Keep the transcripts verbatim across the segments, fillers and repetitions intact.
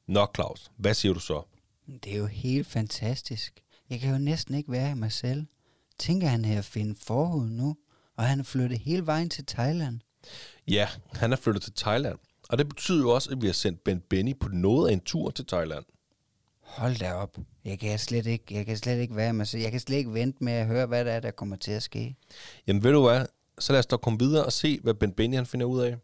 Nå, Claus, hvad siger du så? Det er jo helt fantastisk. Jeg kan jo næsten ikke være i mig selv. Tænker han her at finde forhud nu, og han er flyttet hele vejen til Thailand. Ja, han er flyttet til Thailand, og det betyder jo også, at vi har sendt Ben Benny på noget af en tur til Thailand. Hold da op. Jeg kan slet ikke, jeg kan slet ikke være med sig. Jeg kan slet ikke vente med at høre, hvad der er, der kommer til at ske. Jamen ved du hvad, så lad os da komme videre og se, hvad Ben Benny han finder ud af.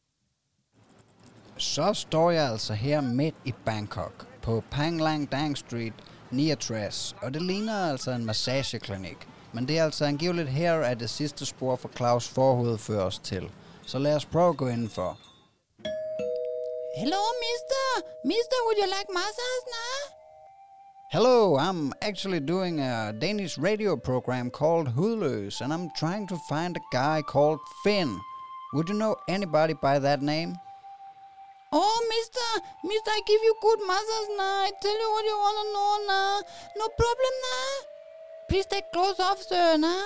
Så står jeg altså her midt i Bangkok, på Phang Lang Dang Street, niogtres, og det ligner altså en massageklinik. Men det er altså angiveligt her, at det sidste spor for Claus' forhoved fører os til. Så lad os prøve at gå indenfor. Hello, mister. Mister, would you like massage now? Hello, I'm actually doing a Danish radio program called Hudløs, and I'm trying to find a guy called Finn. Would you know anybody by that name? Oh, mister, mister, I give you good massage now. I tell you what you want to know now. No problem now. Please take clothes off, sir, now.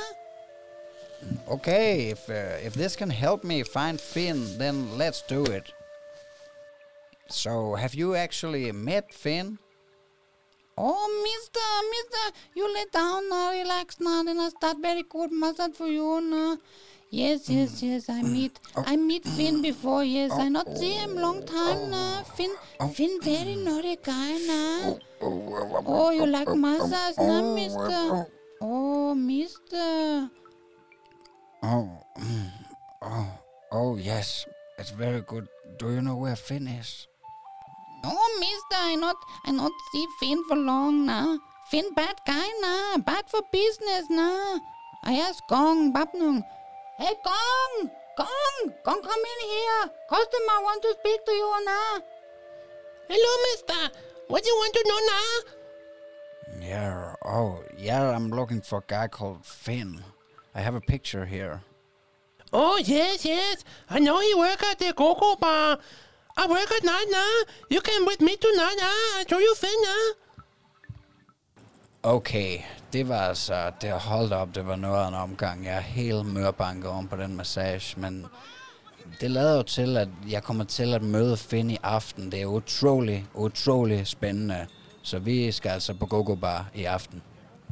Okay, if uh, if this can help me find Finn, then let's do it. So, have you actually met Finn? Oh, mister, mister, you lay down now, relax now, then I start very good massage for you now. Yes, yes, yes, I meet, I meet Finn before, yes, I not see him long time now. Finn, Finn very naughty guy now. Oh, you like massage now, mister? Oh, mister. Oh, oh, oh, yes, it's very good. Do you know where Finn is? Oh, mister, I not, I not see Finn for long now. Finn bad guy now, bad for business now. I ask Gong, Babnung. Hey, Gong! Gong! Gong, come in here. Customer want to speak to you now. Hello, mister. What do you want to know now? Yeah, oh, yeah, I'm looking for a guy called Finn. I have a picture here. Oh, yes, yes. I know he work at the Go-Go bar. I work at night now. You can with me tonight now. I show you Finn now. Okay, det var altså, det holdt op, det var noget af en omgang. Jeg er helt mørbanket oven på den massage, men det lader jo til, at jeg kommer til at møde Finn i aften. Det er utrolig, utrolig spændende. Så vi skal altså på Go-Go Bar i aften.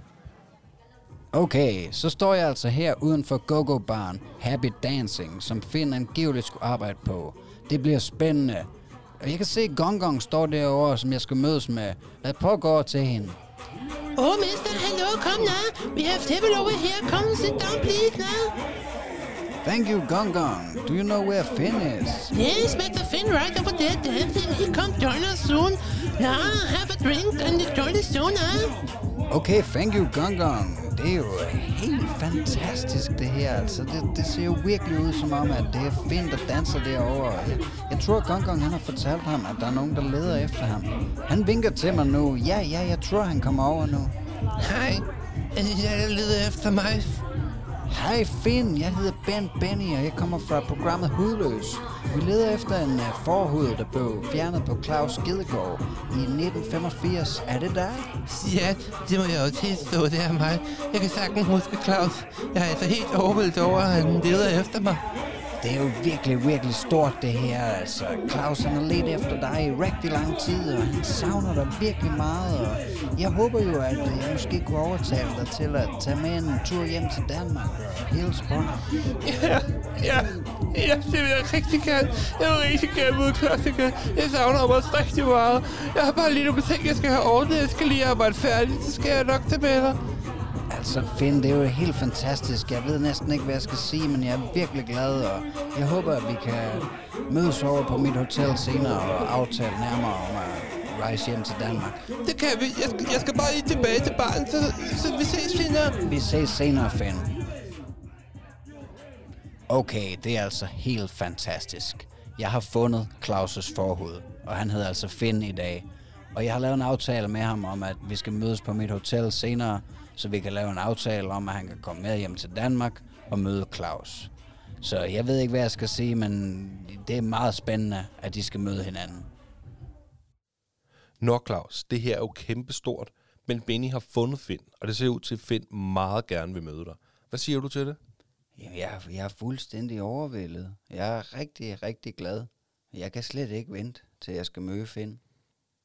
Okay, så står jeg altså her uden for Go-Go Baren, Happy Dancing, som Finn angiveligt skulle arbejde på. Det bliver spændende. Og jeg kan se, at Gong Gong står derovre, som jeg skal mødes med. Lad prøve at gå over til hende. Oh, mister, hello, come now. We have table over here. Come sit down, please, now. Thank you, Gong Gong. Do you know where Finn is? Yes, Mister Finn right over there dancing. He come join us soon. Now, have a drink and enjoy the show now. Okay, thank you, Gong Gong. Det er jo helt fantastisk, det her. Altså, det, det ser jo virkelig ud som om, at det er Finn, der danser derovre. Jeg, jeg tror, Gong Gong han har fortalt ham, at der er nogen, der leder efter ham. Han vinker til mig nu. Ja, ja, jeg tror, han kommer over nu. Hej, er det der, der leder efter mig? Hej Finn, jeg hedder Ben Benny, og jeg kommer fra programmet Hudløs. Vi leder efter en uh, forhud, der blev fjernet på Claus Gidegaard i nitten femogfirs. Er det dig? Ja, det må jeg jo tilstå, det er mig. Jeg kan sagtens huske Claus. Jeg er altså helt overvældet over, at han leder efter mig. Det er jo virkelig, virkelig stort det her, altså. Claus han har ledt efter dig i rigtig lang tid, og han savner dig virkelig meget, og jeg håber jo, at jeg måske kunne overtale dig til at tage med en tur hjem til Danmark og hilse på dig. Ja, ja, ja, det vil jeg rigtig gerne. Jeg vil rigtig gerne mod Claus igen. Jeg savner ham også rigtig meget. Jeg har bare lige nogle ting, jeg skal have ordnet. Jeg skal lige arbejde færdigt, så skal jeg nok tage med dig. Altså Finn, det er jo helt fantastisk. Jeg ved næsten ikke, hvad jeg skal sige, men jeg er virkelig glad, og jeg håber, at vi kan mødes over på mit hotel senere og aftale nærmere om at rejse hjem til Danmark. Det kan vi. Jeg skal, jeg skal bare lige tilbage til baren, så, så vi ses senere. Vi ses senere, Finn. Okay, det er altså helt fantastisk. Jeg har fundet Claus' forhud, og han hedder altså Finn i dag. Og jeg har lavet en aftale med ham om, at vi skal mødes på mit hotel senere, så vi kan lave en aftale om, at han kan komme med hjem til Danmark og møde Claus. Så jeg ved ikke, hvad jeg skal sige, men det er meget spændende, at de skal møde hinanden. Nå, Claus, det her er jo kæmpestort, men Benny har fundet Finn, og det ser ud til, at Finn meget gerne vil møde dig. Hvad siger du til det? Jamen, jeg, jeg er fuldstændig overvældet. Jeg er rigtig, rigtig glad. Jeg kan slet ikke vente, til jeg skal møde Finn.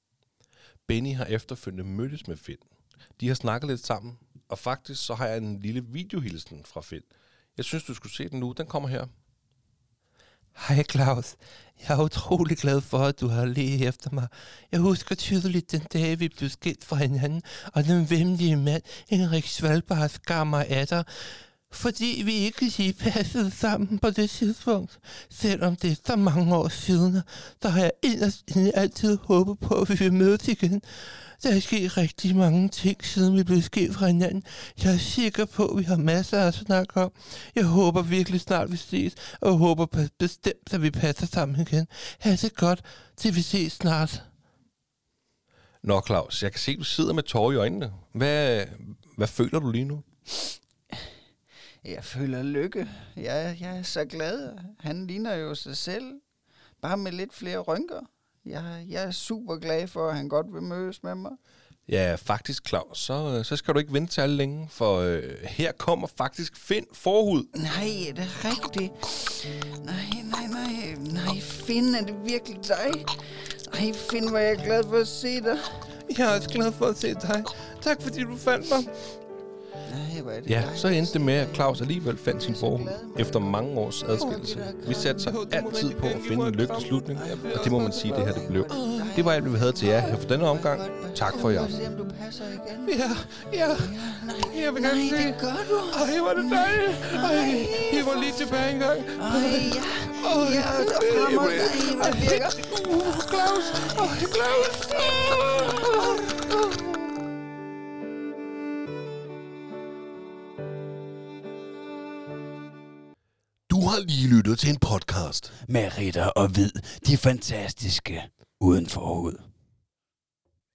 Benny har efterfølgende mødtes med Finn. De har snakket lidt sammen, og faktisk så har jeg en lille videohilsen fra Finn. Jeg synes, du skulle se den nu. Den kommer her. Hej Claus. Jeg er utrolig glad for, at du har let efter mig. Jeg husker tydeligt den dag, vi blev skilt fra hinanden, og den venlige mand, Henrik Svalbard, skar mig af dig, fordi vi ikke lige passede sammen på det tidspunkt. Selvom det er så mange år siden, så har jeg inderst inde altid håbet på, at vi vil mødes igen. Der er sket rigtig mange ting, siden vi blev skilt fra hinanden. Jeg er sikker på, at vi har masser at snakke om. Jeg håber virkelig snart, vi ses, og håber bestemt, at vi passer sammen igen. Ha' det godt, til vi ses snart. Nå Claus, jeg kan se, at du sidder med tårer i øjnene. Hvad, hvad føler du lige nu? Jeg føler lykke. Jeg, jeg er så glad. Han ligner jo sig selv. Bare med lidt flere rynker. Jeg, jeg er super glad for, at han godt vil mødes med mig. Ja, faktisk Claus, så, så skal du ikke vente særlig længe, for øh, her kommer faktisk Finn Forhud. Nej, er det rigtigt? Nej, nej, nej. Nej, Finn, er det virkelig dig? Nej, Finn, hvor er jeg glad for at se dig. Jeg er også glad for at se dig. Tak fordi du fandt mig. Nej, hvor er det Ja, dejligt. så endte det med, at Claus alligevel fandt sin forhud efter mange års adskillelse. Vi satte sig altid på at finde en lykkelig slutning, og det må man sige, det her det blev. Det var alt, hvad vi havde til jer her for denne omgang. Tak for jer. Se, om du passer igen. Ja, ja. Nej, Jeg vil nej, gerne se. det gør du. Ej, hvor er det dejligt. Ej, jeg var lige tilbage engang. Ej, ja. Ja, der fremmer dig. Hvor det virker. Claus. Ej, Claus. Du har lige lyttet til en podcast. Med Ritter og Hvid, de fantastiske uden forhud.